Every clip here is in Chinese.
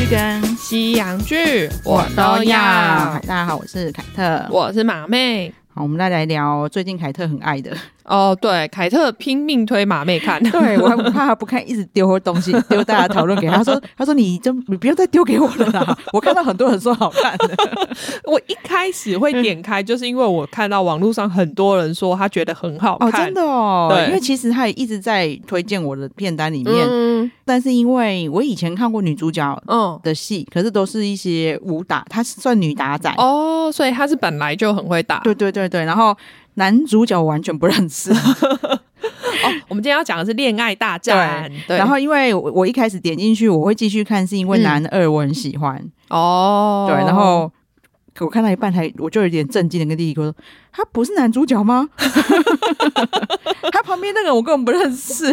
跟西洋剧我都要。 大家好，我是凯特， 我是马妹。 好，我们再来聊最近凯特很爱的哦，对，凯特拼命推马妹看， 对，我很怕他不看，一直丢东西丢大家讨论给他说你不要再丢给我了啦，我看到很多人说好看的我一开始会点开就是因为我看到网络上很多人说他觉得很好看哦，真的哦， 对， 因为其实他也一直在推荐我的片单里面，但是因为我以前看过女主角的戏，可是都是一些武打，她算女打仔哦，所以她是本来就很会打， 对，然后男主角我完全不认识哦，我们今天要讲的是恋爱大战，对， 然后因为我一开始点进去我会继续看是因为男二我很喜欢哦， 对，然后我看到一半我就有点震惊的跟弟弟说他不是男主角吗他旁边那个我根本不认识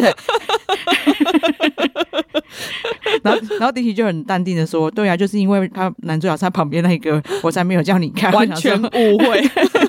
然后弟弟就很淡定的说对啊，就是因为他男主角是他旁边那个我才没有叫你看， 完全误会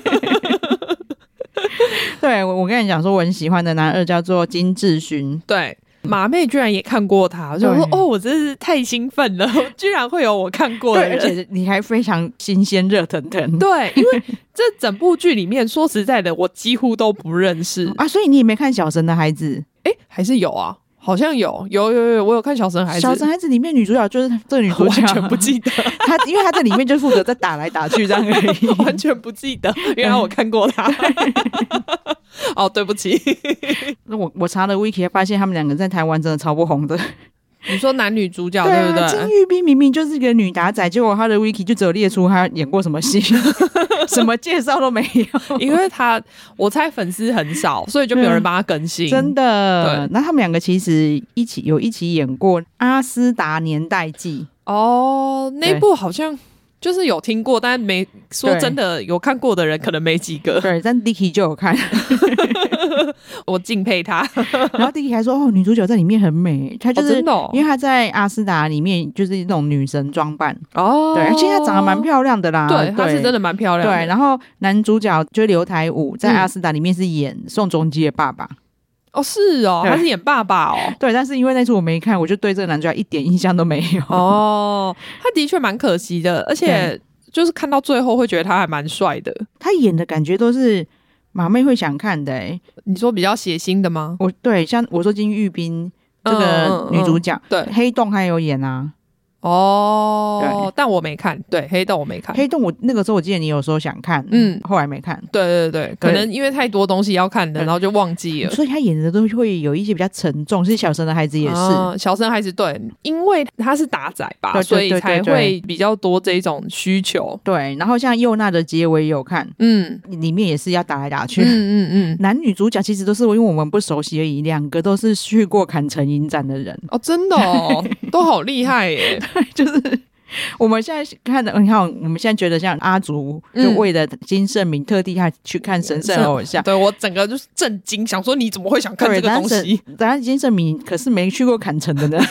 对，我跟你讲说我很喜欢的男二叫做金智勋， 对，马妹居然也看过他，就说哦，我真是太兴奋了，居然会有我看过的人， 对，而且你还非常新鲜热腾腾， 对，因为这整部剧里面说实在的我几乎都不认识啊，所以你也没看小神的孩子？ 还是有啊，好像有，我有看小神孩子。 小神孩子里面女主角就是这个女主角， 完全不记得因为她在里面就负责在打来打去这样而已， 完全不记得，原来我看过她哦，对不起我查了 Wiki 发现他们两个在台湾真的超不红的。 你说男女主角对不对？ 金玉彬明明就是个女打仔，结果他的 Wiki 就只有列出他演过什么戏什么介绍都没有， 因为我猜粉丝很少，所以就没有人帮他更新， 真的。那他们两个其实一起演过《阿斯达年代记》 哦，那部好像就是有听过，但没说真的有看过的人可能没几个。 对，但 Dicky 就有看我敬佩他然后 Dicky 还说哦，女主角在里面很美，她就是、 真的哦， 因为她在阿斯达里面就是那种女神装扮哦， 对，而且她长得蛮漂亮的啦， 对，她是真的蛮漂亮的。 对，然后男主角就是刘台武在阿斯达里面是演宋仲基的爸爸。 哦，是哦，他是演爸爸哦。 对，但是因为那次我没看，我就对这个男主角一点印象都没有。 哦，他的确蛮可惜的，而且就是看到最后会觉得他还蛮帅的。 他演的感觉都是马妹会想看的你说比较血腥的吗？ 对，像我说金玉彬这个女主角， 对， 黑洞她有演啊。 哦，但我没看，对，黑洞我没看。 黑洞我那个时候我记得你有时候想看，后来没看。 对，可能因为太多东西要看的，然后就忘记了。 所以他演的都会有一些比较沉重，是小神的孩子也是。 小神孩子对，因为他是打仔吧，对，所以才会比较多这种需求。 对，然后像佑娜的结尾也有看，里面也是要打来打去。男女主角其实都是因为我们不熟悉而已，两个都是去过坎城影展的人。 哦，真的哦，都好厉害耶。 就是我们现在看的，你看我们现在觉得像阿竹就为了金圣明特地还去看神圣偶像， 对，我整个就是震惊，想说你怎么会想看这个东西？ 当然金圣明可是没去过坎城的呢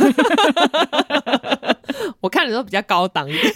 我看的都比较高档一点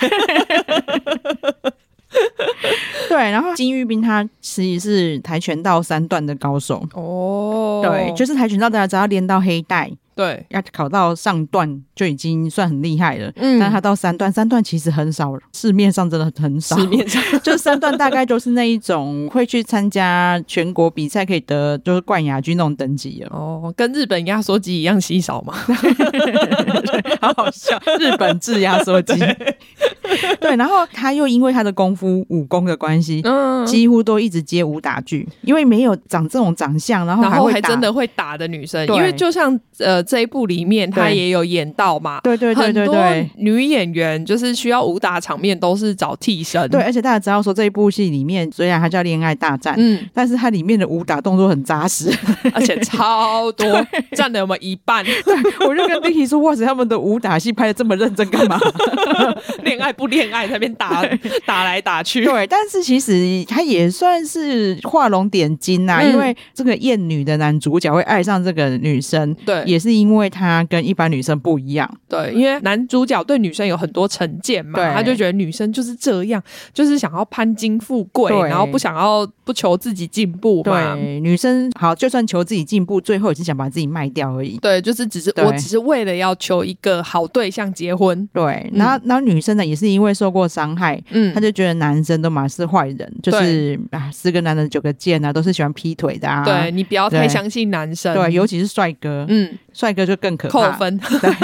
对，然后金玉彬他其实是跆拳道3段的高手哦，对，就是跆拳道大家只要练到黑带，对，要考到上段就已经算很厉害了。但他到3段其实很少，市面上真的很少。市面上就3段大概都是那一种会去参加全国比赛可以得就是冠亚军那种等级了。 哦，跟日本压缩机一样稀少嘛。 好好笑，日本制压缩机。对，然后他又因为他的武功的关系，几乎都一直接武打剧，因为没有长这种长相，然后还真的会打的女生。因为就像这一部里面他也有演到嘛， 对，很多女演员就是需要武打场面都是找替身。 对，而且大家知道说这一部戏里面虽然它叫恋爱大战，但是它里面的武打动作很扎实， 而且超多，占了我们一半。 对，我就跟 Dicky 说，哇塞，他们的武打戏拍得这么认真干嘛？ 恋爱不恋爱在那边打来打去。 对，但是其其实他也算是画龙点睛啊，因为这个厌女的男主角会爱上这个女生，对，也是因为他跟一般女生不一样。 对，因为男主角对女生有很多成见嘛，他就觉得女生就是这样，就是想要攀金富贵，然后不求自己进步嘛。 对，女生好，就算求自己进步，最后也是想把自己卖掉而已。 对，就是我只是为了要求一个好对象结婚。 对，然后女生呢也是因为受过伤害，她就觉得男生都嘛是坏人，就是10个男人9个贱啊，都是喜欢劈腿的啊。 对，你不要太相信男生。 对，尤其是帅哥，帅哥就更可怕， 扣分。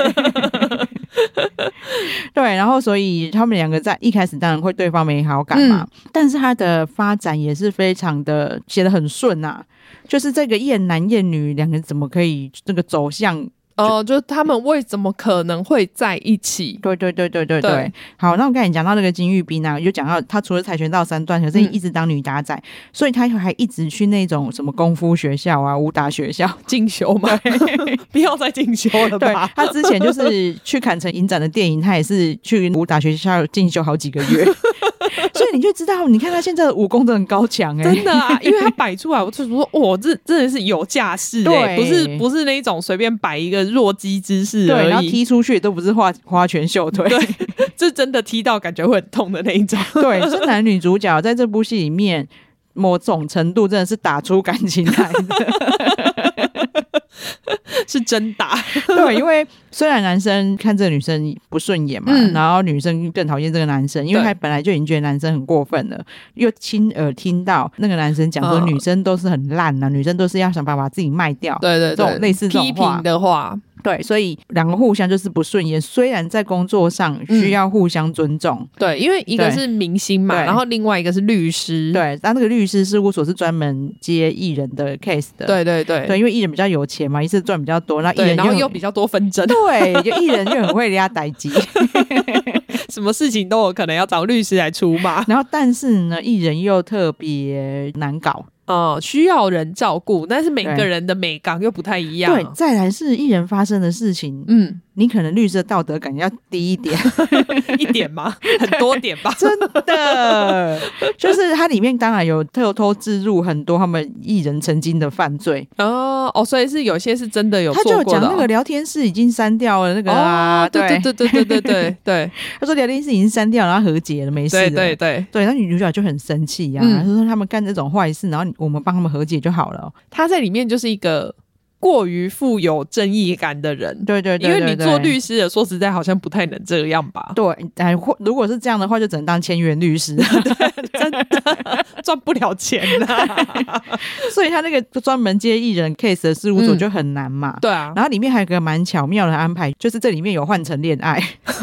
对，然后所以他们两个在一开始当然会对方没好感嘛，但是他的发展也是非常的写得很顺啊，就是这个厌男厌女两个人怎么可以这个走向就是他们为什么可能会在一起？ 对。好，那我刚才讲到那个金玉彬啊，就讲到他除了跆拳道3段，可是一直当女打仔，所以他还一直去那种什么功夫学校啊、武打学校进修嘛。不要再进修了吧？ 对，他之前就是去坎城影展的电影，他也是去武打学校进修好几个月。所以你就知道，你看他现在的武功真的很高强真的啊！因为他摆出来，我就说，这真的是有架势不是那一种随便摆一个弱鸡姿势而已， 然后踢出去都不是花拳绣腿， 对，这真的踢到感觉会很痛的那一种。 对，这男女主角在这部戏里面，某种程度真的是打出感情来的。 是真打。 对，因为虽然男生看这个女生不顺眼嘛，然后女生更讨厌这个男生，因为他本来就已经觉得男生很过分了，又亲耳听到那个男生讲说女生都是很烂啊，女生都是要想办法把自己卖掉， 对， 这种类似这种批评的话。 对，所以两个互相就是不顺眼，虽然在工作上需要互相尊重， 对，因为一个是明星嘛，然后另外一个是律师， 对，但那个律师事务所是专门接艺人的 case 的，对，因为艺人比较有钱嘛，一次赚比较多，然后又比较多纷争， 对，就艺人就很会压代机。 什么事情都有可能要找律师来出嘛， 然后但是呢，艺人又特别难搞。 需要人照顾，但是每个人的美感又不太一样。 对，再来是艺人发生的事情，你可能律师的道德感要低一点。 一点吗？很多点吧。 真的，就是它里面当然有偷置入很多他们艺人曾经的犯罪所以是有些是真的有做过的。 他就讲那个聊天室已经删掉了那个对， 他说聊天室已经删掉了，然后和解了，没事了。对，那女主角就很生气呀，他说他们干这种坏事，然后我们帮他们和解就好了。 他在里面就是一个过于富有正义感的人， 对， 因为你做律师的，说实在好像不太能这样吧？ 对，如果是这样的话，就只能当签约律师， 真的赚不了钱啊。 所以他那个专门接艺人 case 的事务所就很难嘛。 对啊， 然后里面还有个蛮巧妙的安排，就是这里面有换成恋爱。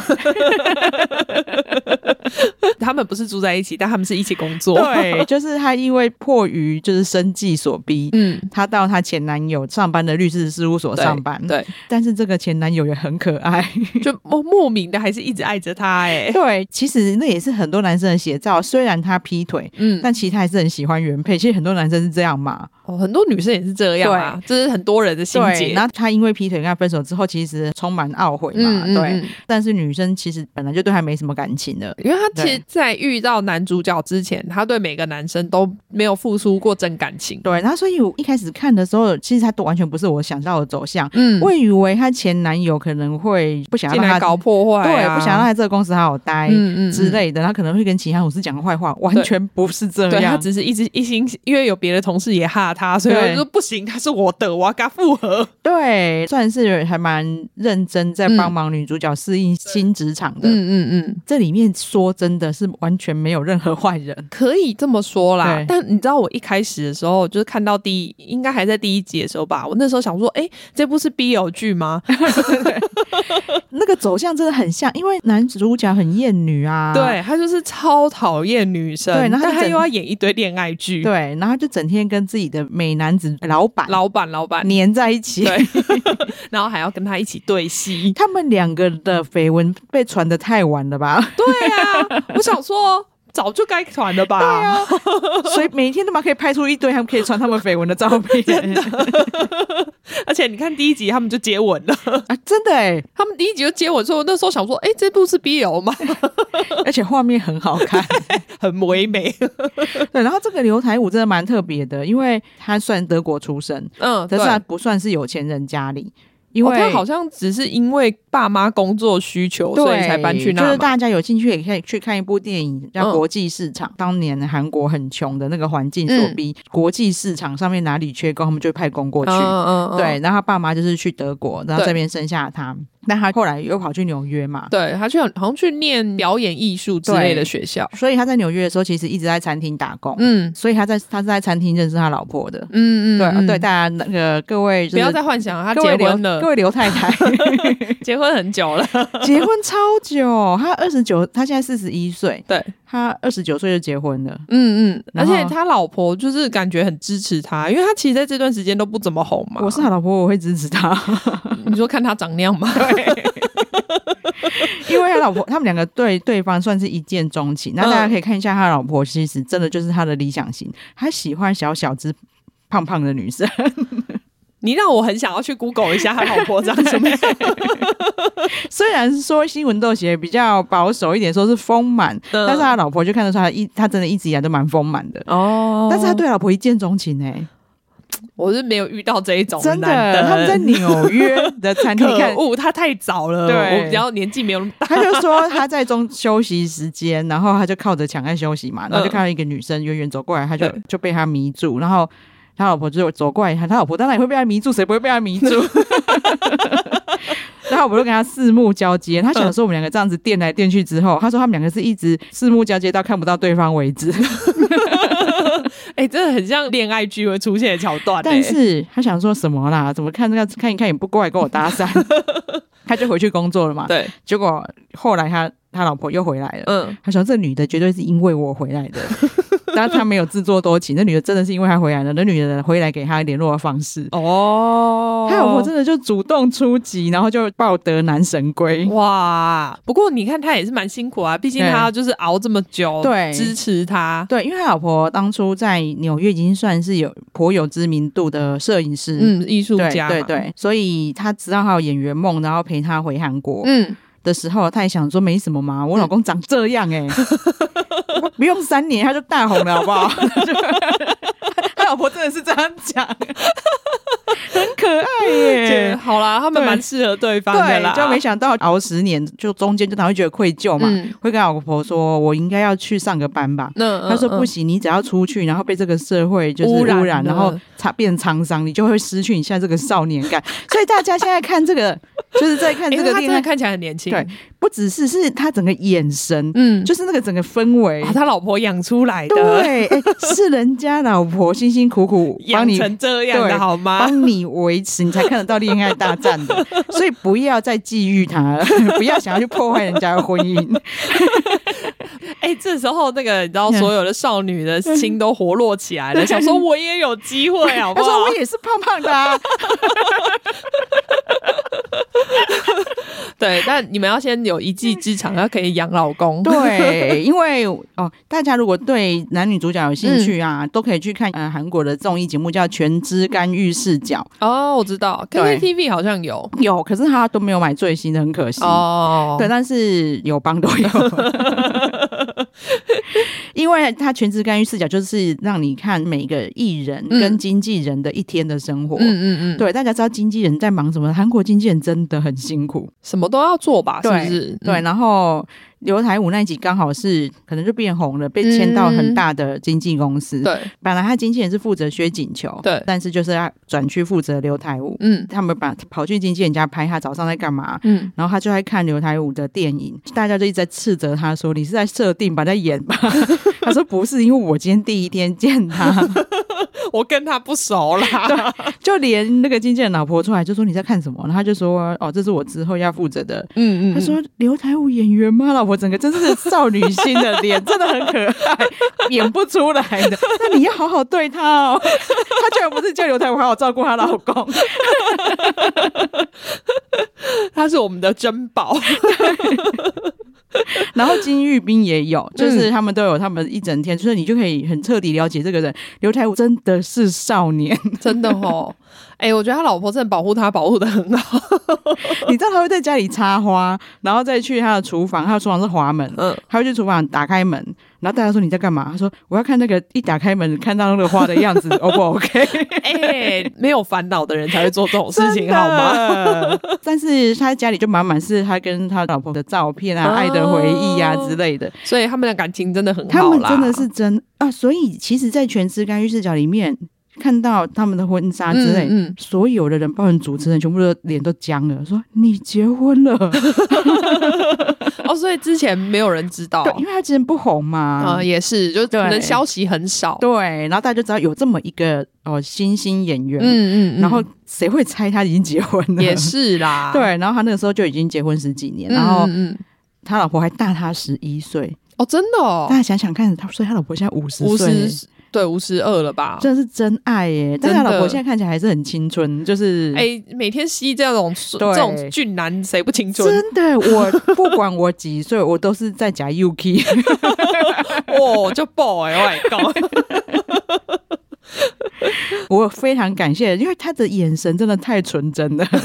他们不是住在一起，但他们是一起工作。 对，就是他因为迫于就是生计所逼，他到他前男友上班的律师事务所上班。 对， 但是这个前男友也很可爱， 就莫名的还是一直爱着他。 对，其实那也是很多男生的写照，虽然他劈腿，但其实他还是很喜欢原配。其实很多男生是这样嘛。 很多女生也是这样啊，这是很多人的心结。 然后他因为劈腿跟他分手之后，其实充满懊悔嘛。对，但是女生其实本来就对他没什么感情的， 因为他其实在遇到男主角之前，他对每个男生都没有付出过真感情。 对，然后所以我一开始看的时候，其实他都完全不是我想到的走向。我以为他前男友可能会不想让他搞破坏， 对，不想让他这个公司好好待之类的，他可能会跟其他同事讲坏话，完全不是这样。 对，他只是一心，因为有别的同事也哈他，所以他就说不行，他是我的，我要跟他复合。 对，算是还蛮认真在帮忙女主角适应新职场的。这里面说真的是完全没有任何坏人， 可以这么说啦。但你知道我一开始的时候，就是看到应该还在第1集的时候吧，我那时候想说，这部是 BL 剧吗？ 那个走向真的很像，因为男主角很厌女啊， 对，他就是超讨厌女生，对，然后但他又要演一堆恋爱剧， 对，然后就整天跟自己的美男子老板黏在一起， 对，然后还要跟他一起对戏。 他们两个的绯闻被传得太晚了吧？ 对啊，我想说早就该传了吧。 对啊，所以每天都可以拍出一堆他们可以传他们绯闻的照片。 真的而且你看第一集他们就接吻了啊，真的耶， 他们第一集就接吻，所以我那时候想说这部是 BL 吗？ 而且画面很好看很唯美对，然后这个刘台武真的蛮特别的，因为他算德国出生，可是他不算是有钱人家里，因为他好像只是因为爸妈工作需求所以才搬去那， 就是大家有兴趣也可以去看一部电影叫《国际市场》，当年韩国很穷的那个环境所逼，国际市场上面哪里缺工他们就会派工过去，对，然后他爸妈就是去德国，然后这边生下他，但他后来又跑去纽约嘛， 对，他好像去念表演艺术之类的学校， 所以他在纽约的时候其实一直在餐厅打工，所以他是在餐厅认识他老婆的，对，大家那个各位、就是、 不要再幻想他结婚了， 各位刘太太结婚很久了结婚超久，他29，他现在41岁， 对， 他29岁就结婚了， 而且他老婆就是感觉很支持他，因为他其实在这段时间都不怎么红嘛。 我是他老婆，我会支持他你说看他长那样吗？ 对因为他老婆他们两个对对方算是一见钟情，那大家可以看一下他老婆其实真的就是他的理想型，他喜欢小小只胖胖的女生你让我很想要去 Google 一下他老婆长什么样虽然说新闻都写比较保守一点，说是丰满，但是他老婆就看得出他真的一直以来都蛮丰满的哦。但是他对老婆一见钟情我是没有遇到这一种真的，他们在纽约的餐厅看， 他太早了， 对， 我比较年纪没有那么大。 他就说他在中休息时间，然后他就靠着墙在休息嘛，然后就看到一个女生远远走过来，他就被他迷住，然后他老婆就走过来，他老婆当然也会被他迷住，谁不会被他迷住？然后我就跟他四目交接，他想说我们两个这样子电来电去之后，他说他们两个是一直四目交接到看不到对方为止。 真的很像恋爱剧会出现的桥段。 但是他想说什么啦？怎么看那个看一看也不过来跟我搭讪，他就回去工作了嘛。 对， 结果后来他老婆又回来了。他想这女的绝对是因为我回来的。但他没有自作多情，那女的真的是因为他回来了，那女的回来给他联络的方式哦，他老婆真的就主动出击，然后就抱得男神归。 哇！不过你看他也是蛮辛苦啊，毕竟他就是熬这么久，对，支持他。 对，因为他老婆当初在纽约已经算是颇有知名度的摄影师， 艺术家， 对，所以他知道他有演员梦，然后陪他回韩国。的时候他也想说没什么嘛，我老公长这样不用3年他就大红了好不好他老婆真的是这样讲很可爱耶好啦，他们蛮适合对方的啦， 对，就没想到熬10年，就中间就他会觉得愧疚嘛，会跟老婆说我应该要去上个班吧，他说不行，你只要出去然后被这个社会就是污染然后变沧桑，你就会失去你现在这个少年感所以大家现在看这个就是在看这个恋爱， 他看起来很年轻， 对，不只是他整个眼神，就是那个整个氛围， 他老婆养出来的， 对，是人家老婆辛辛苦苦养成这样的好吗？ 帮你维持，你才看得到恋爱大战的，所以不要再觊觎他了，不要想要去破坏人家的婚姻。 这时候那个你知道，所有的少女的心都活络起来了，想说我也有机会，好不好？ 他说我也是胖胖的啊。 对，但你们要先有一技之长，要可以养老公。 对，因为大家如果对男女主角有兴趣啊，都可以去看韩国的综艺节目叫《全知干预视角》。 我知道 KTV 好像有， 可是他都没有买最新的，很可惜。对，但是有帮都有。因为他全知干预视角就是让你看每个艺人跟经纪人的一天的生活。对，大家知道经纪人在忙什么？韩国经纪人真的很辛苦， 什么都要做吧，是不是？ 对，然后刘台武那一集刚好是可能就变红了，被签到很大的经纪公司。对，本来他经纪人是负责薛景求，对，但是就是要转去负责刘台武。他们跑去经纪人家拍他早上在干嘛，然后他就在看刘台武的电影，大家就一直在斥责他说你是在设定吧，在演吧。他说不是，因为我今天第一天见他我跟他不熟啦。 就连那个经纪人老婆出来就说你在看什么，然后他就说这是我之后要负责的。他说刘台武演员吗？老婆整个真是少女心的脸真的很可爱，演不出来的。那你要好好对他哦。他居然不是叫刘台武好好照顾她老公。 他是我们的珍宝。 然后金玉彬也有，就是他们都有他们一整天，所以你就可以很彻底了解这个人。刘台武真的是少年， 真的哦。我觉得他老婆真的保护他保护得很好。 你知道他会在家里插花，然后再去他的厨房，他的厨房是滑门，他会去厨房打开门，然后大家说你在干嘛？他说我要看那个一打开门看到那个花的样子，O 不 OK？ 没有烦恼的人才会做这种事情好吗？ 但是他家里就满满是他跟他老婆的照片啊、爱的回忆啊之类的， 所以他们的感情真的很好啦。 他们真的是真啊，所以其实在全尸干预视角里面看到他们的婚纱之类，所有的人包括主持人全部的脸都僵了，说你结婚了。 所以之前没有人知道， 对，因为他之前不红嘛， 也是，就可能消息很少， 对，然后大家就知道有这么一个新兴演员，然后谁会猜他已经结婚了？ 也是啦， 对，然后他那个时候就已经结婚10几年，然后他老婆还大他11岁， 真的哦， 大家想想看，所以他老婆现在50岁。 对，52了吧？ 真的是真爱耶！但是他老婆现在看起来还是很青春，就是每天吸这种俊男，谁不青春？ 真的，我不管我几岁，我都是在假 Yuki。 就爆我的天！ 我非常感谢，因为他的眼神真的太纯真了。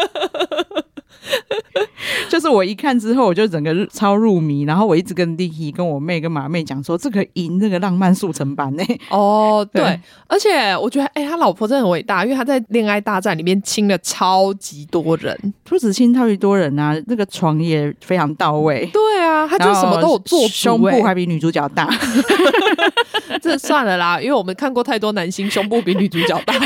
就是我一看之后我就整个超入迷，然后我一直跟 Dicky 跟我妹跟马妹讲说这个赢这个浪漫速成版对，而且我觉得他老婆真的很伟大，因为他在恋爱大战里面亲了超级多人， 不止亲超级多人啊，那个床也非常到位。 对啊，他就什么都有做主， 胸部还比女主角大。 这算了啦，因为我们看过太多男星胸部比女主角大。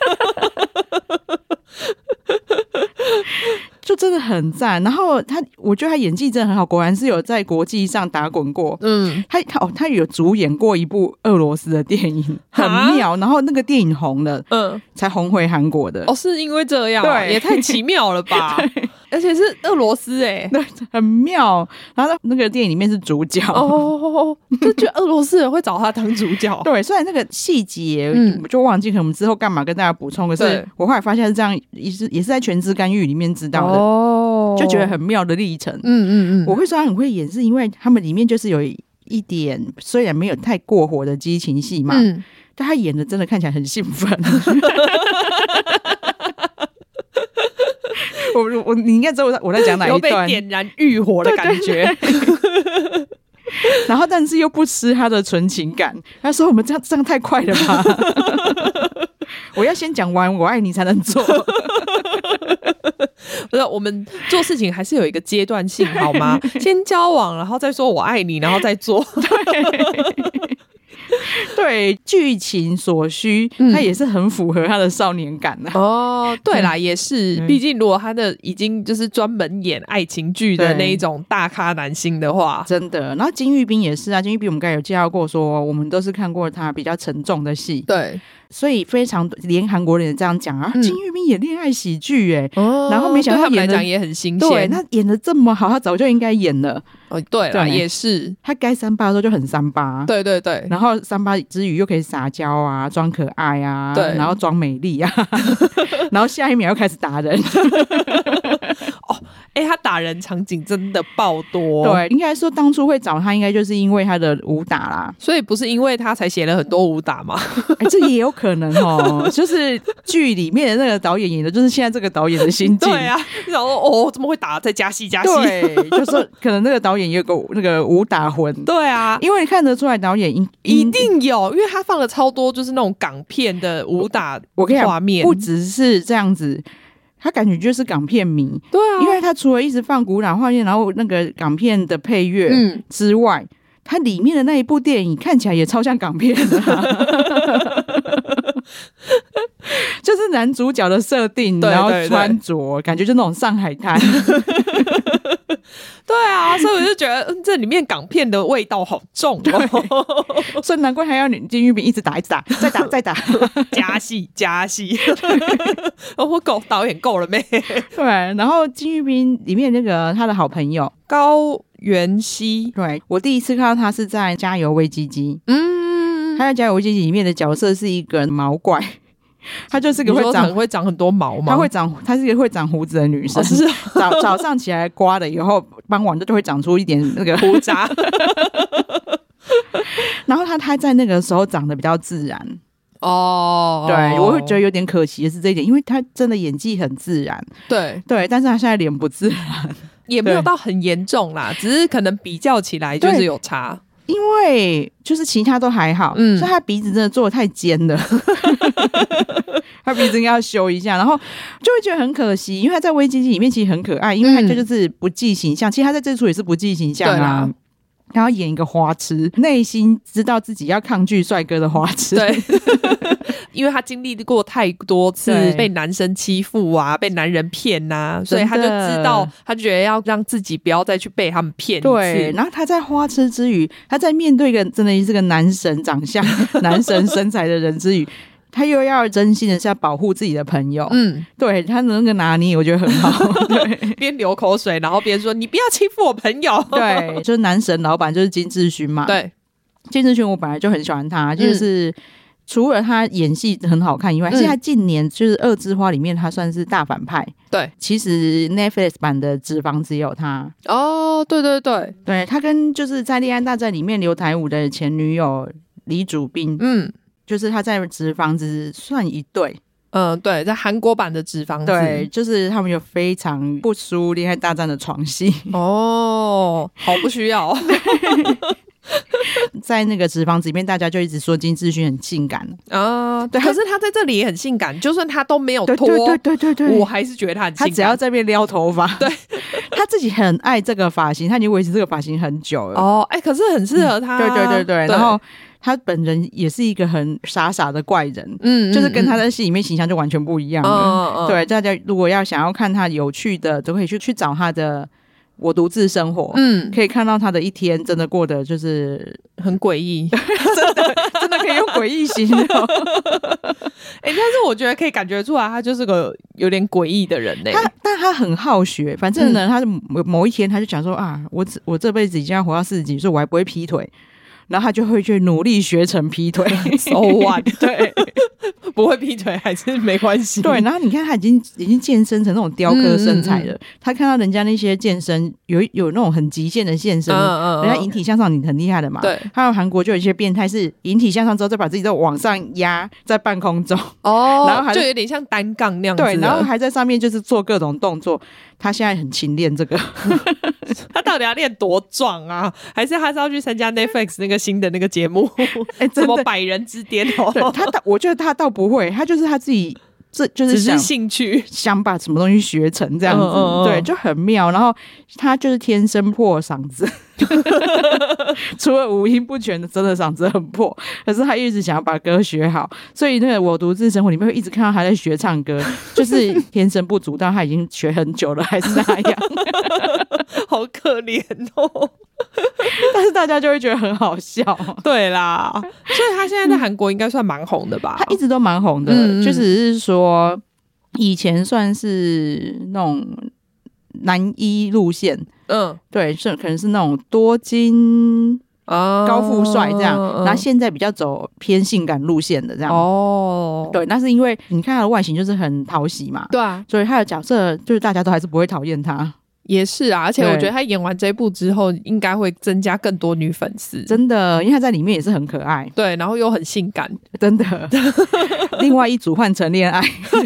就真的很赞，然后我觉得他演技真的很好，果然是有在国际上打滚过。他有主演过一部俄罗斯的电影，很妙，然后那个电影红了，才红回韩国的。 是因为这样，对，也太奇妙了吧！而且是俄罗斯对， 很妙。然后那个电影里面是主角， 就觉得俄罗斯人会找他当主角。 对，虽然那个细节我就忘记，可能我们之后干嘛跟大家补充。可是我后来发现是这样，也是在全知干预里面知道的。就觉得很妙的历程。我会说他很会演，是因为他们里面就是有一点虽然没有太过火的激情戏嘛，但他演的真的看起来很兴奋。你应该知道我在讲哪一段， 有被点燃欲火的感觉。 然后但是又不失他的纯情感，他说我们这样太快了吧。我要先讲完我爱你才能做。 不是，我们做事情还是有一个阶段性好吗？先交往，然后再说我爱你，然后再做。 对，剧情所需，他也是很符合他的少年感对啦，也是，毕竟如果他的已经就是专门演爱情剧的那一种大咖男星的话， 真的。然后金玉彬也是啊，金玉彬我们刚才有介绍过说，我们都是看过他比较沉重的戏， 对， 所以非常连韩国人也这样讲啊，金玉彬演恋爱喜剧然后没想到他演的也很新鲜， 对，他演的这么好，他早就应该演了。 对啦，也是， 他该三八的时候就很三八， 对对对， 然后三八之余又可以撒娇啊，装可爱啊，对，然后装美丽啊，然后下一秒又开始打人。 他打人场景真的爆多。 对，应该说当初会找他，应该就是因为他的武打啦， 所以不是因为他才写了很多武打吗？ 这也有可能就是剧里面的那个导演演的就是现在这个导演的心境。 对啊，然后怎么会打？再加戏加戏。 对，就是可能那个导演也有个那个武打魂。 对啊， 因为你看得出来导演一定有，因为他放了超多就是那种港片的武打画面， 不只是这样子。他感觉就是港片迷， 对啊， 因为他除了一直放古老画面，然后那个港片的配乐之外，他里面的那一部电影看起来也超像港片的、就是男主角的设定，然后穿着感觉就那种上海滩。 对啊，所以我就觉得这里面港片的味道好重所以难怪还要金玉彬一直打一直打再打再打， 加戏加戏。我导演够了没？ 对，然后金玉彬里面那个他的好朋友高原希， 对，我第一次看到他是在《加油微基基》。他在《加油微基基》里面的角色是一个毛怪， 她就是个会长很多毛吗？ 她是一个会长胡子的女生， 是早上起来刮了以后，傍晚就会长出一点那个胡渣。 然后她在那个时候长得比较自然。对，我会觉得有点可惜的是这一点，因为她真的演技很自然。对，但是她现在脸不自然， 也没有到很严重啦，只是可能比较起来就是有差。 因为就是其他都还好，所以他鼻子真的做得太尖了，他鼻子应该要修一下，然后就会觉得很可惜，因为他在微机里面其实很可爱，因为他就是不计形象，其实他在这出也是不计形象啊。然后演一个花痴，内心知道自己要抗拒帅哥的花痴。对， 因为他经历过太多次被男生欺负啊，被男人骗啊，所以他就知道，他觉得要让自己不要再去被他们骗一次。 对，然后他在花痴之余，他在面对一个真的是个男神长相、男神身材的人之余，他又要真心的是要保护自己的朋友。对，他那个拿捏我觉得很好。对， 边流口水然后边说你不要欺负我朋友。 对，就是男神老板就是金志勋嘛。 对， 金志勋我本来就很喜欢他，就是除了他演戏很好看以外，其实他近年就是《恶之花》里面他算是大反派。 对， 其实 Netflix 版的脂肪只有他。对，他跟就是在《恋爱大战》里面刘台武的前女友李祖彬，就是他在脂肪子算一对。 对，在韩国版的脂肪子， 对，就是他们有非常不输《恋爱大战》的床戏。 好不需要。 在那个脂肪子里面，大家就一直说金志勋很性感对，可是他在这里也很性感，就算他都没有脱，对，我还是觉得他很性感。 他只要在那边撩头发， 对， 他自己很爱这个发型，他已经维持这个发型很久了。 可是很适合他。 对，然后他本人也是一个很傻傻的怪人，就是跟他在戏里面形象就完全不一样了。对，大家如果要想要看他有趣的，都可以去找他的我独自生活，可以看到他的一天真的过得就是很诡异。 真的可以用诡异形容。 但是我觉得可以感觉出来他就是个有点诡异的人。 但他很好学，反正呢，他某一天他就讲说啊，我这辈子已经要活到40几岁，我还不会劈腿，然后他就会去努力学成劈腿。 So what？ 对，不会劈腿还是没关系。 对，然后你看他已经健身成那种雕刻身材了。他看到人家那些健身有那种很极限的健身，人家引体向上你很厉害的嘛。对，还有韩国就有一些变态是引体向上之后再把自己再往上压在半空中。然后就有点像单杠那样子。 对，然后还在上面就是做各种动作。他现在很勤练这个。 他到底要练多壮啊？还是他是要去参加 Netflix 那个新的那个节目？什么百人之巅？ 我觉得他倒不会，他就是他自己，这就是只是兴趣， 想把什么东西学成这样子。对，就很妙。然后他就是天生破嗓子。除了五音不全的，真的嗓子很破，可是他一直想要把歌学好，所以那个我独自生活里面会一直看到他在学唱歌，就是天生不足，但他已经学很久了，还是那样。 好可怜哦。 但是大家就会觉得很好笑。 对啦，所以他现在在韩国应该算蛮红的吧？ 他一直都蛮红的，就只是说以前算是那种男一路线，对，可能是那种多金高富帅这样，然后现在比较走偏性感路线的这样。对，那是因为你看他的外形就是很讨喜嘛，对啊，所以他的角色就是大家都还是不会讨厌他。 也是啊，而且我觉得他演完这部之后应该会增加更多女粉丝， 真的，因为他在里面也是很可爱， 对，然后又很性感， 真的。另外一组换成恋爱。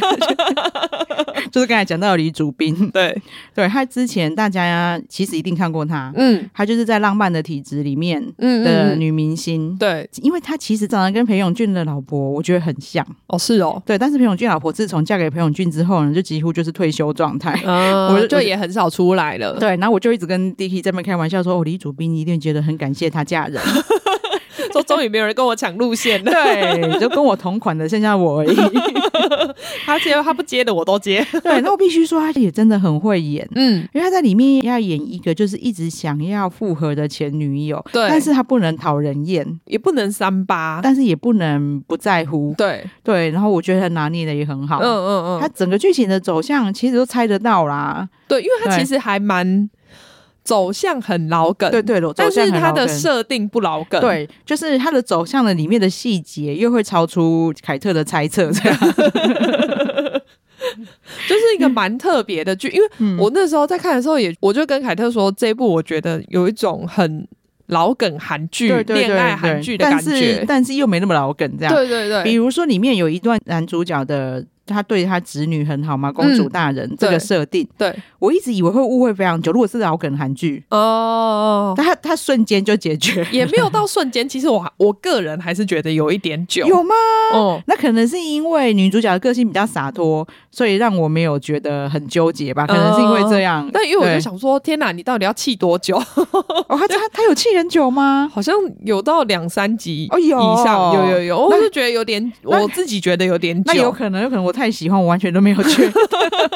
就是刚才讲到的李祖彬。对，他之前大家其实一定看过他，他就是在《浪漫的体质》里面的女明星。对，因为他其实长得跟裴勇俊的老婆我觉得很像。 是哦。 对，但是裴勇俊老婆自从嫁给裴勇俊之后呢，就几乎就是退休状态， 我就也很少出来了。 对，然后我就一直跟 Dicky 在那边开玩笑说，李祖彬一定觉得很感谢他嫁人。 说终于没有人跟我抢路线了。 对，就跟我同款的剩下我而已。 他不接的我都接。 对，那我必须说他也真的很会演。因为他在里面要演一个就是一直想要复合的前女友，对，但是他不能讨人厌， 也不能3八， 但是也不能不在乎。对，然后我觉得他拿捏的也很好。他整个剧情的走向其实都猜得到啦。 对，因为他其实还蛮走向很老梗， 对对， 但是他的设定不老梗， 对，就是他的走向的里面的细节又会超出凯特的猜测，这样。 就是一个蛮特别的剧，因为我那时候在看的时候我就跟凯特说，这一部我觉得有一种很老梗韩剧、恋爱韩剧的感觉， 但是又没那么老梗，这样。 对对对， 比如说里面有一段男主角的。他对他侄女很好吗？公主大人这个设定， 对我一直以为会误会非常久。如果是老梗韩剧他瞬间就解决， 也没有到瞬间。其实我个人还是觉得有一点久， 有吗？那可能是因为女主角的个性比较洒脱，所以让我没有觉得很纠结吧。可能是因为这样。 但因为我就想说，天哪，你到底要气多久？ 他有气很久吗？ 好像有到2-3集以上，有，我就觉得有点，我自己觉得有点久。 那有可能我太喜欢，我完全都没有觉得。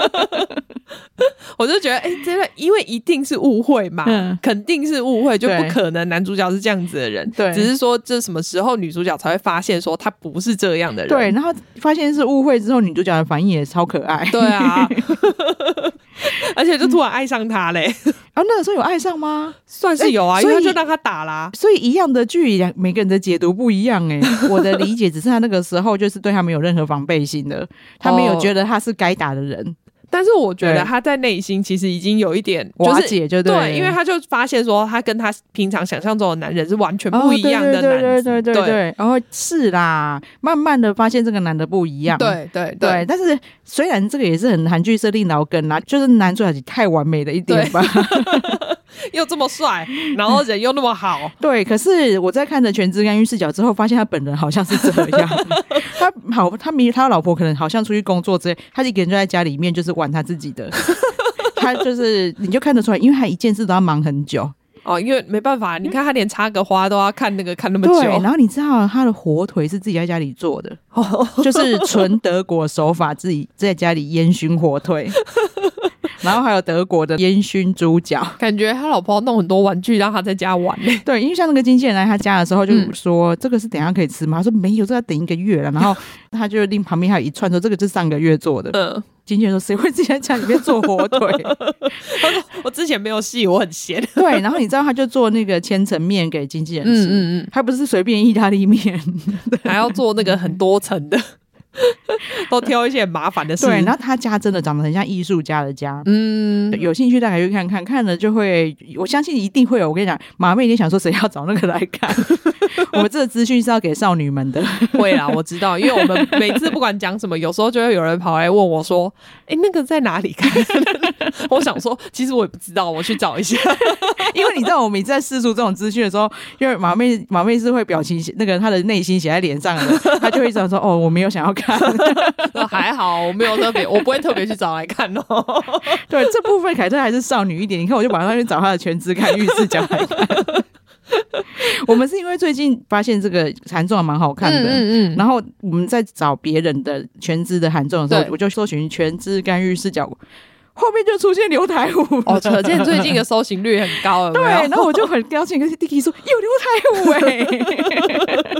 我就觉得真的，因为一定是误会嘛，肯定是误会，就不可能男主角是这样子的人。对，只是说这什么时候女主角才会发现说他不是这样的人。 对，然后发现是误会之后，女主角的反应也超可爱。 对啊，而且就突然爱上他嘞。 那个时候有爱上吗？ 算是有啊，因为他就让他打啦。 所以一样的剧，每个人的解读不一样我的理解只是他那个时候就是对他没有任何防备心的，他没有觉得他是该打的人。 但是我觉得他在内心其实已经有一点瓦解，就对，因为他就发现说他跟他平常想象中的男人是完全不一样的男子。 对，然后是啦，慢慢的发现这个男的不一样。 对。 但是虽然这个也是很韩剧设定老梗啦，就是男主角太完美了一点吧。 又这么帅，然后人又那么好。 对，可是我在看着全知干预视角之后，发现他本人好像是这样。他老婆可能好像出去工作之类，他一个人就在家里面就是玩他自己的。他就是你就看得出来，因为他一件事都要忙很久。 因为没办法，你看他连插个花都要看那么久。 对，然后你知道他的火腿是自己在家里做的，就是纯德国手法，自己在家里烟熏火腿。然后还有德国的烟熏猪脚， 感觉他老婆弄很多玩具让他在家玩。 对，因为像那个经纪人来他家的时候就说，这个是等一下可以吃吗？他说没有，这要等1个月了。然后他就另旁边还有一串说，这个是上个月做的。经纪人说，谁会自己在家里面做火腿？ 他说我之前没有戏，我很闲。 对，然后你知道他就做那个千层面给经纪人吃。他不是随便意大利面， 还要做那个很多层的。都挑一些很麻烦的事。 对，然后他家真的长得很像艺术家的家。有兴趣大家去看看，看了就会，我相信一定会有。我跟你讲，马妹一定想说谁要找那个来看。我们这个资讯是要给少女们的。 会啦，我知道，因为我们每次不管讲什么，有时候就会有人跑来问我说：“那个在哪里看？”我想说，其实我也不知道，我去找一下。 因为你知道，我每次在释出这种资讯的时候，因为马妹是会表情那个她的内心写在脸上的，她就会讲说：“我没有想要看。” 还好，我没有特别，我不会特别去找来看哦。 对，这部分凯特还是少女一点，你看我就马上去找她的全知看预视角来看。我们是因为最近发现这个韩综蛮好看的，然后我们在找别人的全知的韩综的时候，我就搜寻全知干预视角，后面就出现刘台武。 可见最近的搜寻率很高了。 对，然后我就很高兴跟 Dicky 说有刘台武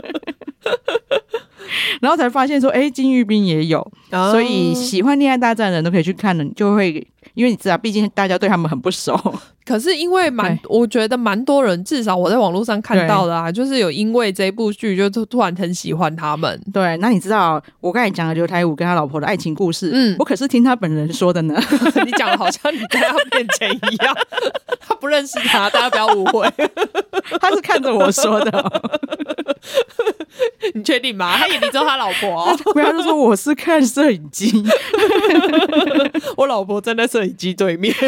然后才发现说金玉彬也有，所以喜欢恋爱大战的人都可以去看的，你就会，因为你知道毕竟大家对他们很不熟。 可是因为我觉得蛮多人，至少我在网络上看到的就是有因为这部剧就突然很喜欢他们。 对，那你知道我刚才讲的刘台武跟他老婆的爱情故事，我可是听他本人说的呢。 你讲的好像你在他面前一样。他不认识他，大家不要误会。 他是看着我说的。 你确定吗？他眼里只有他老婆。 不要就说我是看摄影机。 我老婆站在摄影机对面。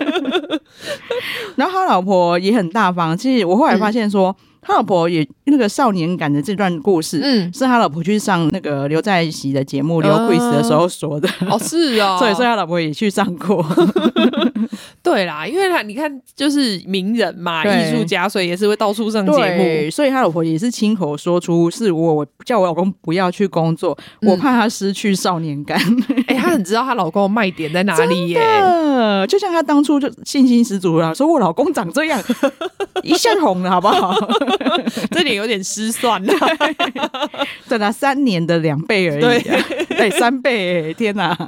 然后他老婆也很大方，其实我后来发现说，他老婆也那个少年感的这段故事，是他老婆去上那个刘在熙的节目刘 quiz 的时候说的。 是哦， 所以他老婆也去上过。 对啦，因为你看就是名人嘛，艺术家，所以也是会到处上节目。 对，所以他老婆也是亲口说出，是我叫我老公不要去工作，我怕他失去少年感。 他很知道他老公的卖点在哪里耶。 就像他当初就信心十足了，说我老公长这样，一下红了好不好？ 这点有点失算了。 对啦，3年的2倍而已。对，3倍，天哪！ 不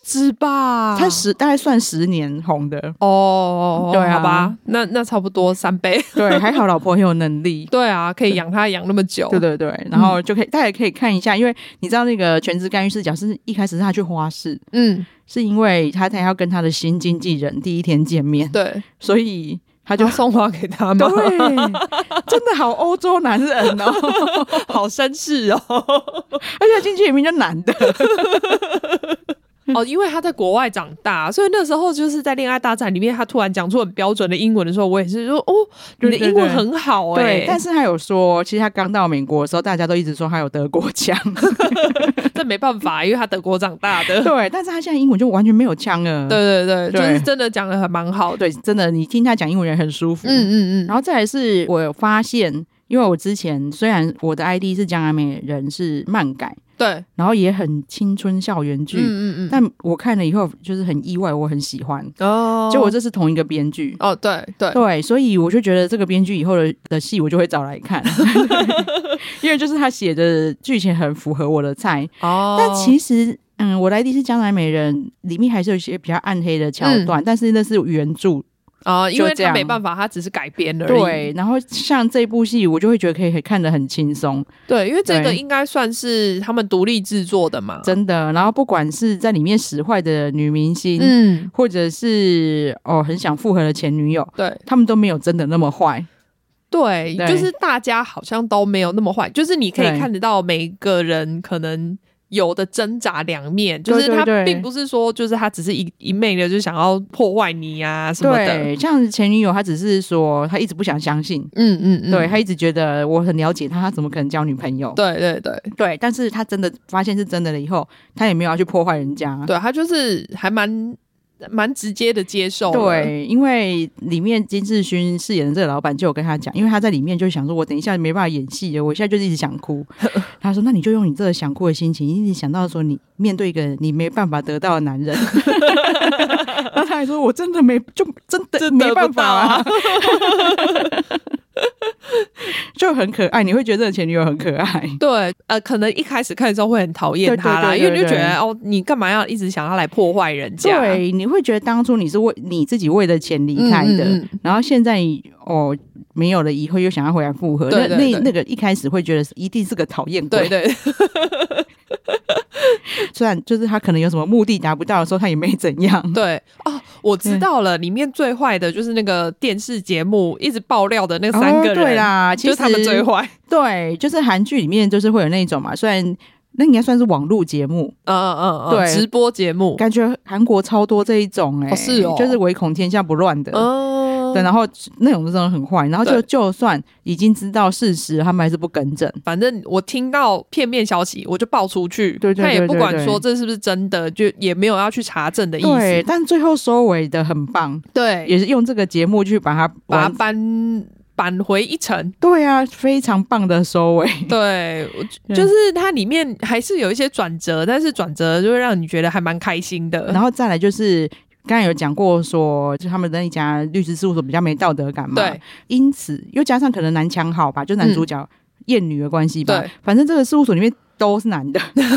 止吧， 他大概算10年红的哦。对啊，好吧，那差不多3倍。 对，还好老婆很有能力。 对啊，可以养他养那么久。 对对对，然后就可以，大家也可以看一下，因为你知道那个全职干预视角是一开始是他去花市，是因为他要跟他的新经纪人第一天见面， 对， 所以他就送花给他吗？ 对，真的好欧洲男人哦， 好绅士哦， 而且经纪人名就男的。 哦，因为他在国外长大，所以那时候就是在恋爱大战里面，他突然讲出很标准的英文的时候，我也是说，哦，你的英文很好哎。 对，但是他有说，其实他刚到美国的时候，大家都一直说他有德国腔， 这没办法，因为他德国长大的。 对，但是他现在英文就完全没有腔了。 对对对，就是真的讲的还蛮好的。 对，真的，你听他讲英文也很舒服。然后再来是我有发现，因为我之前虽然我的 ID 是江南美人是漫改。 对， 然后也很青春校园剧，但我看了以后就是很意外，我很喜欢哦。结果这是同一个编剧哦，对对对，所以我就觉得这个编剧以后的戏我就会找来看，因为就是他写的剧情很符合我的菜哦。但其实我的 ID 是江南美人，里面还是有一些比较暗黑的桥段，但是那是原著。 因为他没办法，他只是改编而已。 对，然后像这部戏，我就会觉得可以看得很轻松。 对，因为这个应该算是他们独立制作的嘛， 真的。然后不管是在里面使坏的女明星，或者是很想复合的前女友， 对， 他们都没有真的那么坏。 对，就是大家好像都没有那么坏，就是你可以看得到每个人可能。有的挣扎两面，就是他并不是说，就是他只是一昧的就想要破坏你啊什么的。 对，像前女友，他只是说他一直不想相信，对他一直觉得我很了解他，他怎么可能交女朋友？ 对对对对，但是他真的发现是真的了以后，他也没有要去破坏人家。 对，他就是还蛮直接的接受。 对，因为里面金志勋饰演的这个老板就有跟他讲，因为他在里面就想说我等一下没办法演戏了，我现在就是一直想哭。他说那你就用你这个想哭的心情一直想到说你面对一个你没办法得到的男人。然后他还说我真的没办法啊。就很可爱，你会觉得这个前女友很可爱。 对，可能一开始看的时候会很讨厌他啦，因为你就觉得你干嘛要一直想要来破坏人家？ 对，你会觉得当初你是为你自己为了钱离开的，然后现在没有了，以后又想要回来复合，那个一开始会觉得一定是个讨厌鬼。对对。虽然就是他可能有什么目的达不到的时候，他也没怎样。 对我知道了，里面最坏的就是那个电视节目一直爆料的那3个人， 对啦，其实就是他们最坏。 对，就是韩剧里面就是会有那种嘛，虽然那应该算是网络节目， 对，直播节目， 感觉韩国超多这一种是就是唯恐天下不乱的。对，然后那种真的很坏，然后就算已经知道事实，他们还是不更正。 反正我听到片面消息，我就爆出去， 对， 他也不管说这是不是真的，就也没有要去查证的意思。 对，但最后收尾的很棒， 对， 也是用这个节目去把它扳回一城。 对啊，非常棒的收尾。 对，就是它里面还是有一些转折，但是转折就会让你觉得还蛮开心的。 然后再来就是刚才有讲过说，就他们的那家律师事务所比较没道德感嘛， 对， 因此又加上可能男强好吧，就男主角厌女的关系吧，反正这个事务所里面都是男的。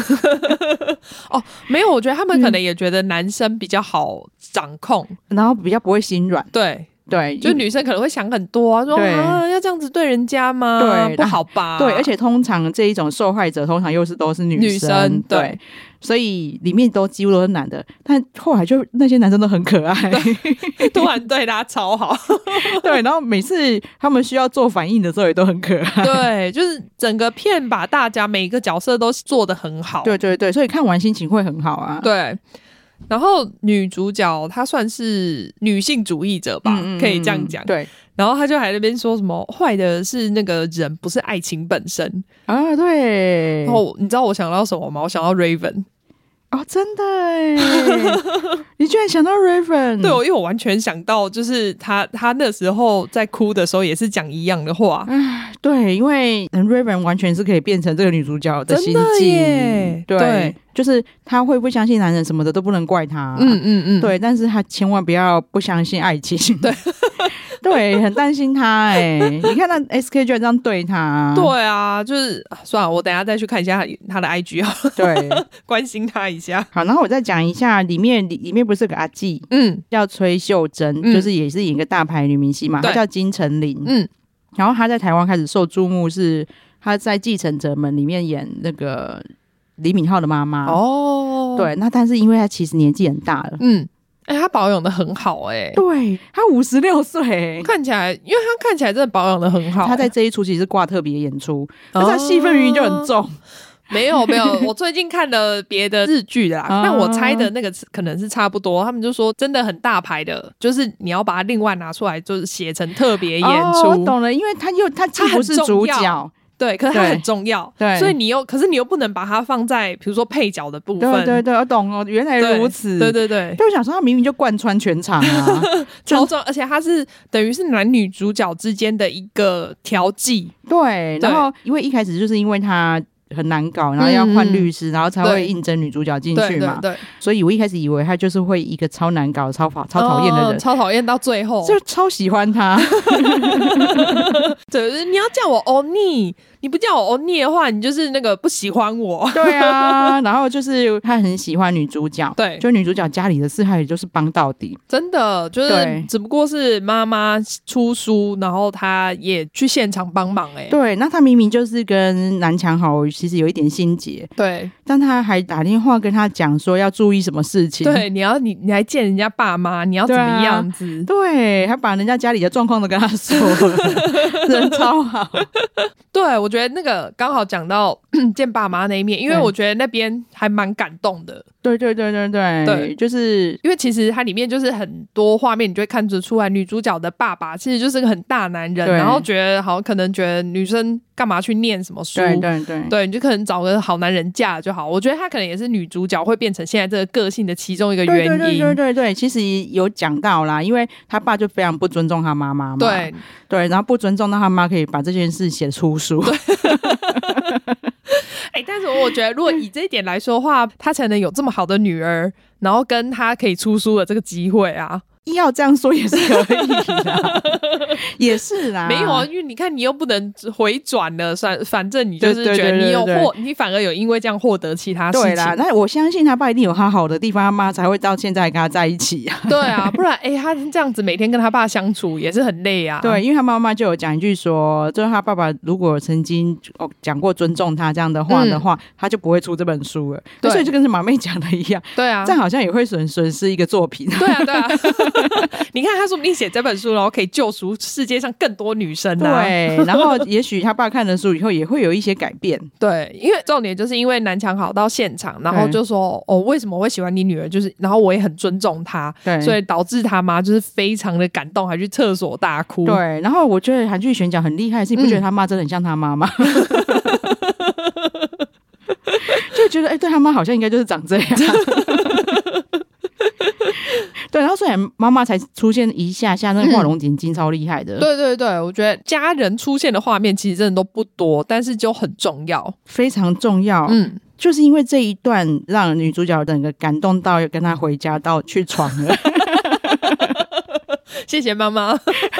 没有，我觉得他们可能也觉得男生比较好掌控， 然后比较不会心软。对， 就女生可能会想很多说要这样子对人家吗？对，不好吧？ 对，而且通常这一种受害者通常都是女生，对，所以里面几乎都是男的，但后来就那些男生都很可爱， 突然对他超好。 对，然后每次他们需要做反应的时候也都很可爱。 对，就是整个片把大家每一个角色都做得很好。 对对对，所以看完心情会很好啊。 对。然后女主角她算是女性主义者吧，可以这样讲。对，然后她就还在那边说什么坏的是那个人，不是爱情本身啊。对， 然后你知道我想到什么吗？我想到 Raven。 真的耶。你居然想到 Raven？ 对，因为我完全想到，就是他那时候在哭的时候也是讲一样的话。 对，因为 Raven 完全是可以变成这个女主角的心境，对，就是她会不相信男人什么的都不能怪她，对，但是她千万不要不相信爱情，对。对，很担心他你看他 SK 居然这样对他， 对啊，就是算了，我等一下再去看一下他的 IG 好了，对，关心他一下。 好，然后我再讲一下里面不是个阿纪，叫崔秀珍，就是也是演一个大牌女明星嘛，她叫金城琳，然后她在台湾开始受注目，是她在《继承者们》里面演那个李敏镐的妈妈哦，对，那但是因为她其实年纪很大了， 他保养的很好对，他56岁看起来，因为他看起来真的保养的很好他在这一出其实是挂特别演出，可是他戏份明明就很重。 没有，我最近看了别的日剧的啦，但我猜的那个可能是差不多。他们就说真的很大牌的，就是你要把它另外拿出来，就是写成特别演出。 我懂了，因为他既不是主角。 对，可是它很重要，对，所以你又不能把它放在比如说配角的部分。 对，我懂哦，原来如此。对，就想说他明明就贯穿全场啊， 超重，而且他是等于是男女主角之间的一个调剂。 对，然后因为一开始就是因为他很难搞，然后要换律师，然后才会应征女主角进去嘛。对，所以我一开始以为他就是会一个超难搞、超讨厌的人， 超讨厌到最后就超喜欢他。 对，你要叫我欧尼，你不叫我欧尼的话，你就是那个不喜欢我。 对啊，然后就是他很喜欢女主角， 对， 就女主角家里的事，他也就是帮到底。 真的就是只不过是妈妈出书，然后他也去现场帮忙。 对，那他明明就是跟南墙好，其实有一点心结， 对， 但他还打电话跟他讲说要注意什么事情。 对，你还见人家爸妈，你要怎么样子？ 对，还把人家家里的状况都跟他说人超好。 对，我觉得那个刚好讲到见爸妈那一面，因为我觉得那边还蛮感动的。 对，就是因为其实它里面就是很多画面，你就会看得出来，女主角的爸爸其实就是个很大男人，然后觉得好像可能觉得女生干嘛去念什么书？对，你就可能找个好男人嫁就好。我觉得他可能也是女主角会变成现在这个个性的其中一个原因。 对，其实有讲到啦，因为他爸就非常不尊重他妈妈嘛。对，然后不尊重到他妈可以把这件事写出书。 但是我觉得如果以这一点来说的话，他才能有这么好的女儿，然后跟他可以出书的这个机会啊。 要这样说也是可以啦，也是啦。 没有啊，因为你看你又不能回转了，反正你就是觉得你反而有因为这样获得其他事情。对啦， 但我相信他爸一定有他好的地方，他妈才会到现在跟他在一起啊。 对啊，不然他这样子每天跟他爸相处也是很累啊。 对，因为他妈妈就有讲一句说，就是他爸爸如果曾经讲过尊重他这样的话的话，他就不会出这本书了。所以就跟马妹讲的一样， 对啊， 这样好像也会损失一个作品。 对啊。你看他说不定写这本书然后可以救赎世界上更多女生啊。 对，然后也许他爸看了书以后也会有一些改变。 对，因为重点就是因为南墙好到现场，然后就说为什么会喜欢你女儿，就是然后我也很尊重她，所以导致他妈就是非常的感动，还去厕所大哭。 对，然后我觉得韩剧选角很厉害，是你不觉得他妈真的很像他妈妈？就觉得对他妈好像应该就是长这样。对，然后虽然妈妈才出现一下下，那个画龙点睛超厉害的。 对，我觉得家人出现的画面其实真的都不多，但是就很重要， 非常重要。就是因为这一段让女主角整个感动到要跟她回家到去闯了。 谢谢妈妈。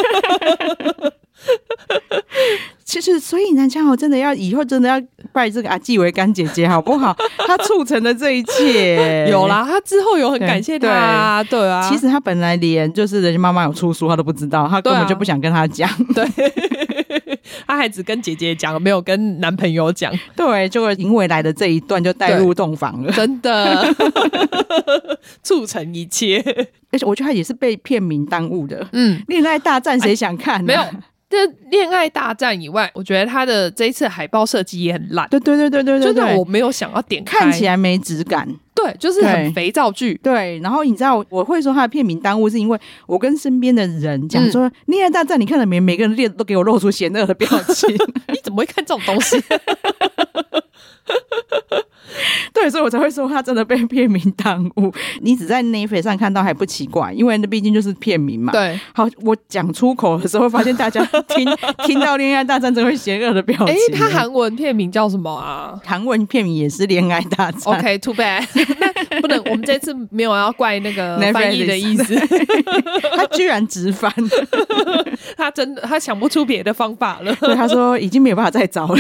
其实，所以南墙好真的以后真的要拜这个阿纪为干姐姐，好不好？她促成了这一切。 有啦，她之后有很感谢她。对啊， 其实她本来连就是人家妈妈有出书，她都不知道，她根本就不想跟她讲。 对，她还只跟姐姐讲，没有跟男朋友讲。 对，结果因为来的这一段就带入洞房了， 真的促成一切。 而且我觉得她也是被片名耽误的。恋爱大战谁想看？ 没有。这恋爱大战以外，我觉得他的这一次海报设计也很烂。对，就让我没有想要点开， 看起来没质感。 对，就是很肥皂剧。 对，然后你知道我会说他的片名耽误，是因为我跟身边的人讲说，恋爱大战你看了没？每个人脸都给我露出嫌恶的表情。 你怎么会看这种东西？ 对， 对，所以我才会说他真的被片名耽误。你只在 Netflix 上看到还不奇怪，因为那毕竟就是片名嘛。 对， 好，我讲出口的时候，发现大家听到恋爱大战真会邪恶的表情。 他韩文片名叫什么啊？ 韩文片名也是恋爱大战。 OK too bad 那不能，我们这次没有要怪那个翻译的意思他居然直翻他想不出别的方法了。 对，他说已经没有办法再找了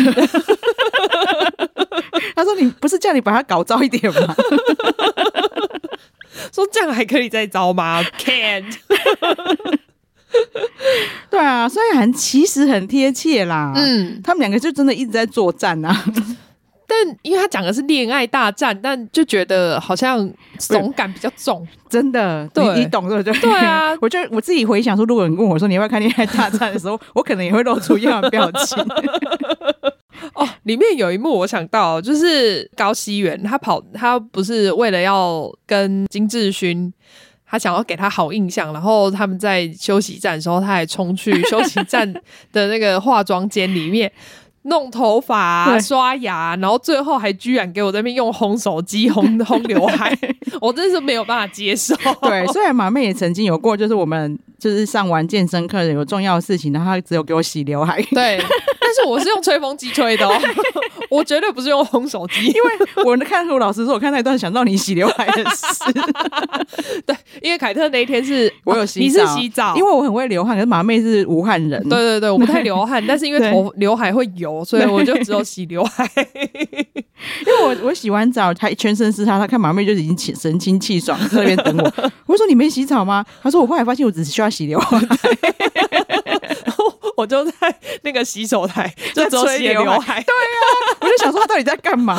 他说你不是叫你把它搞糟一点吗说这样还可以再糟吗？ Can't 对啊，所以其实很贴切啦。他们两个就真的一直在作战啊但因为他讲的是恋爱大战，但就觉得好像怂感比较重。 真的，你懂对不对？ 对啊我自己回想说，如果有人跟我说你要不要看恋爱大战的时候，我可能也会露出一样的表情里面有一幕我想到，就是高希元他不是为了要跟金智勋他想要给他好印象，然后他们在休息站的时候，他还冲去休息站的那个化妆间里面弄头发刷牙，然后最后还居然给我在那边用烘手机烘刘海我真是没有办法接受对，虽然马妹也曾经有过，就是我们就是上完健身课有重要的事情，然后他只有给我洗刘海。 对，但是我是用吹风机吹的我绝对不是用烘手机。 因为我看我老师说，我看那一段想到你洗刘海的事对，因为凯特那一天是我有洗澡， 你是洗澡， 因为我很会流汗，可是马妹是武汉人。 对对对，我不太流汗但是因为刘海会油，所以我就只有洗刘海因为我洗完澡他全身是他看马妹就已经神清气爽在那边等我我说你没洗澡吗？他说我后来发现我只需要洗刘海然后我就在那个洗手台就只有洗刘海对啊，我就想说他到底在干嘛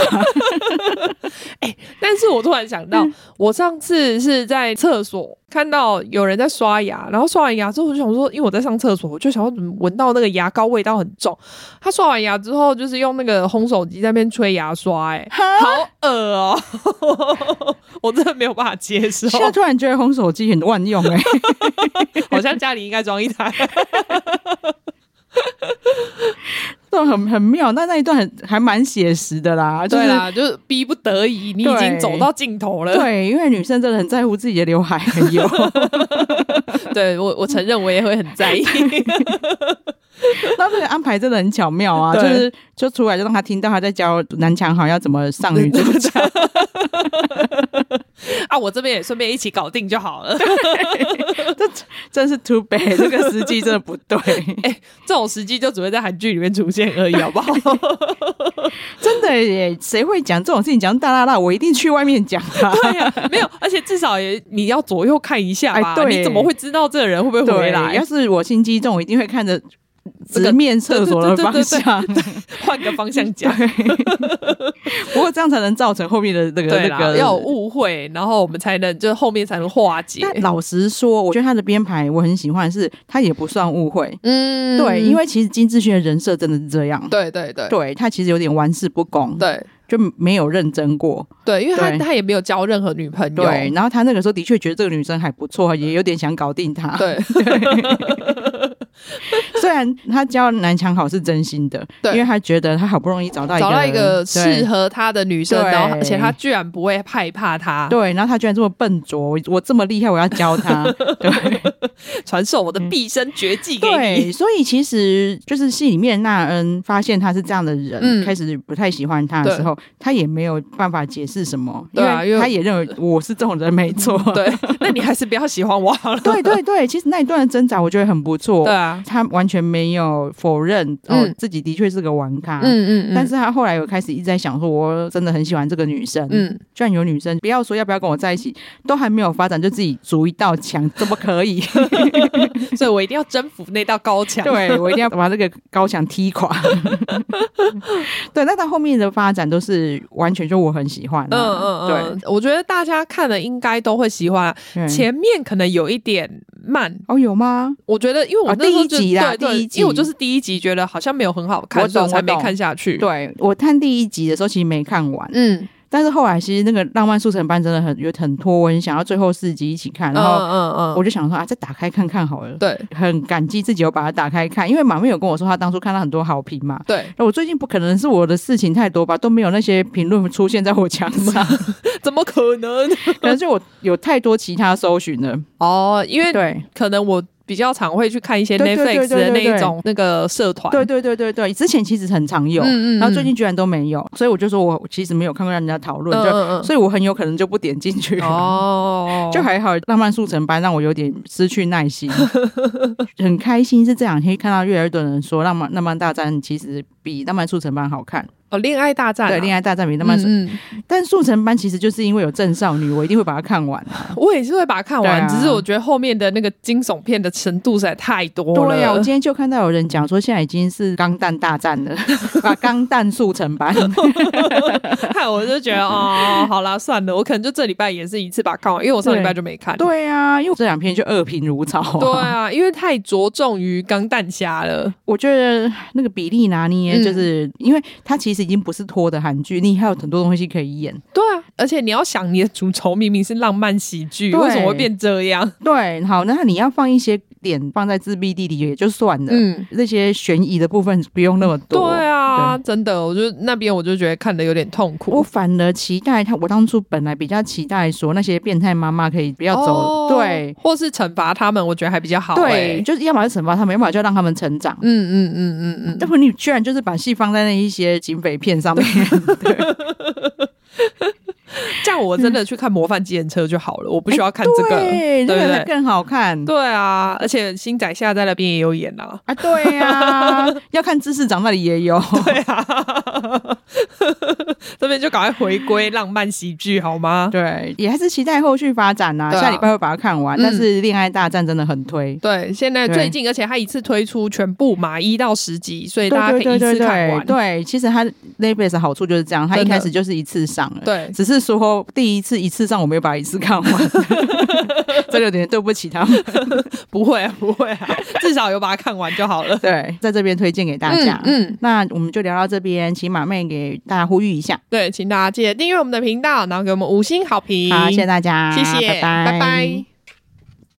但是我突然想到我上次是在厕所看到有人在刷牙，然后刷完牙之后我就想说，因为我在上厕所，我就想说怎么闻到那个牙膏味道很重。他刷完牙之后就是用那个烘手机在那边吹牙刷好恶哦我真的没有办法接受。 现在突然觉得烘手机很万用好像家里应该装一台都很妙，那一段还蛮写实的啦， 对啦，就是逼不得已，你已经走到尽头了。 对，因为女生真的很在乎自己的刘海很油对，我承认我也会很在意那这个安排真的很巧妙啊，就出来就让他听到他在教南墙好要怎么上女主角我这边也顺便一起搞定就好了这真是 too bad， 这个时机真的不对这种时机就只会在韩剧里面出现而已好不好真的耶，谁会讲这种事情讲大大大，我一定去外面讲对啊，没有，而且至少你要左右看一下吧，对，你怎么会知道这个人会不会回来？ 要是我心机重，我一定会看着直面厕所的方向， 换个方向讲不过这样才能造成后面的那个要有误会，然后我们才能就后面才能化解。 但老实说，我觉得他的编排我很喜欢，是他也不算误会。对，因为其实金智勋的人设真的是这样。 对对对， 对他其实有点玩世不恭。对。就没有认真过。 对，因为他也没有交任何女朋友。 对，然后他那个时候的确觉得这个女生还不错，也有点想搞定她。对虽然他交南墙好是真心的，因为他觉得他好不容易找到一个适合他的女生，然后而且他居然不会害怕他。 对，然后他居然这么笨拙，我这么厉害，我要教他。对， 传授我的毕生绝技给你。 对，所以其实就是戏里面纳恩发现他是这样的人，开始不太喜欢他的时候，他也没有办法解释什么，因为他也认为我是这种人没错。 对，那你还是不要喜欢我好了。 对对对，其实那一段的挣扎我觉得很不错。对啊，他完全没有否认自己的确是个玩咖。但是他后来有开始一直在想说，我真的很喜欢这个女生。居然有女生不要说要不要跟我在一起，都还没有发展就自己筑一道墙，怎么可以？ 所以我一定要征服那道高墙。 对，我一定要把这个高墙踢垮。对，那到后面的发展都是完全就我很喜欢。对， 我觉得大家看了应该都会喜欢。前面可能有一点慢哦，有吗？ 我觉得因为我那时候第一集啦，第一集， 因为我就是第一集觉得好像没有很好看，所以我才没看下去。 对，我看第一集的时候其实没看完。 但是后来其实那个浪漫速成班真的很拖，我很想要最后4集一起看，然后我就想说啊，再打开看看好了。 对， 很感激自己有把它打开看，因为马妹有跟我说她当初看到很多好评嘛。 对， 我最近不可能是我的事情太多吧，都没有那些评论出现在我墙上。 怎么可能？ 可能就我有太多其他搜寻了哦，因为对，可能我比较常会去看一些 Netflix 的那一种那个社团， 对，之前其实很常有，然后最近居然都没有，所以我就说我其实没有看过人家讨论，所以我很有可能就不点进去哦。就还好，浪漫速成班让我有点失去耐心，很开心是这两天看到越来越多人说浪漫大战其实比浪漫速成班好看。 恋爱大战， 对，恋爱大战比浪漫但速成班其实就是因为有郑少女，我一定会把它看完我也是会把它看完，只是我觉得后面的那个惊悚片的程度实在太多了。 对啊，我今天就看到有人讲说现在已经是钢弹大战了，把钢弹速成班害我就觉得好啦，算了，我可能就这礼拜也是一次把它看完，因为我上礼拜就没看。 对啊，因为这两篇就恶评如潮对啊，因为太着重于钢弹侠了。 我觉得那个比例拿捏就是因为它其实已经不是拖的韩剧，你还有很多东西可以演。 对啊，而且你要想你的主轴明明是浪漫喜剧，为什么会变这样？ 对，好，那你要放一些点放在自闭弟弟也就算了，那些悬疑的部分不用那么多。 对啊，真的，我就那边我就觉得看得有点痛苦。 我反而期待我当初本来比较期待说那些变态妈妈可以不要走，对， 或是惩罚他们，我觉得还比较好。 对，就是要么是惩罚他们，要么就让他们成长。要不你居然就是把戏放在那一些警匪片上面。对这样我真的去看模范计程车就好了，我不需要看这个， 对不对？更好看。 对啊，而且新仔下在那边也有演啊。 对啊，要看知识长那里也有。 对啊，这边就赶快回归浪漫喜剧好吗？ 对，也还是期待后续发展啊。下礼拜会把它看完，但是恋爱大战真的很推。 对，现在最近，而且它一次推出全部嘛，1到10集，所以大家可以一次看完。 对，其实它 Netflix 的好处就是这样，它一开始就是一次上了。 对， 只是说第一次上我没有把它一次看完，这有点对不起他们。 不会啊，至少有把它看完就好了。 对，在这边推荐给大家。那我们就聊到这边，请马妹给大家呼吁一下。 对，请大家记得订阅我们的频道，然后给我们5星好评。 好，谢谢大家， 谢谢，拜拜。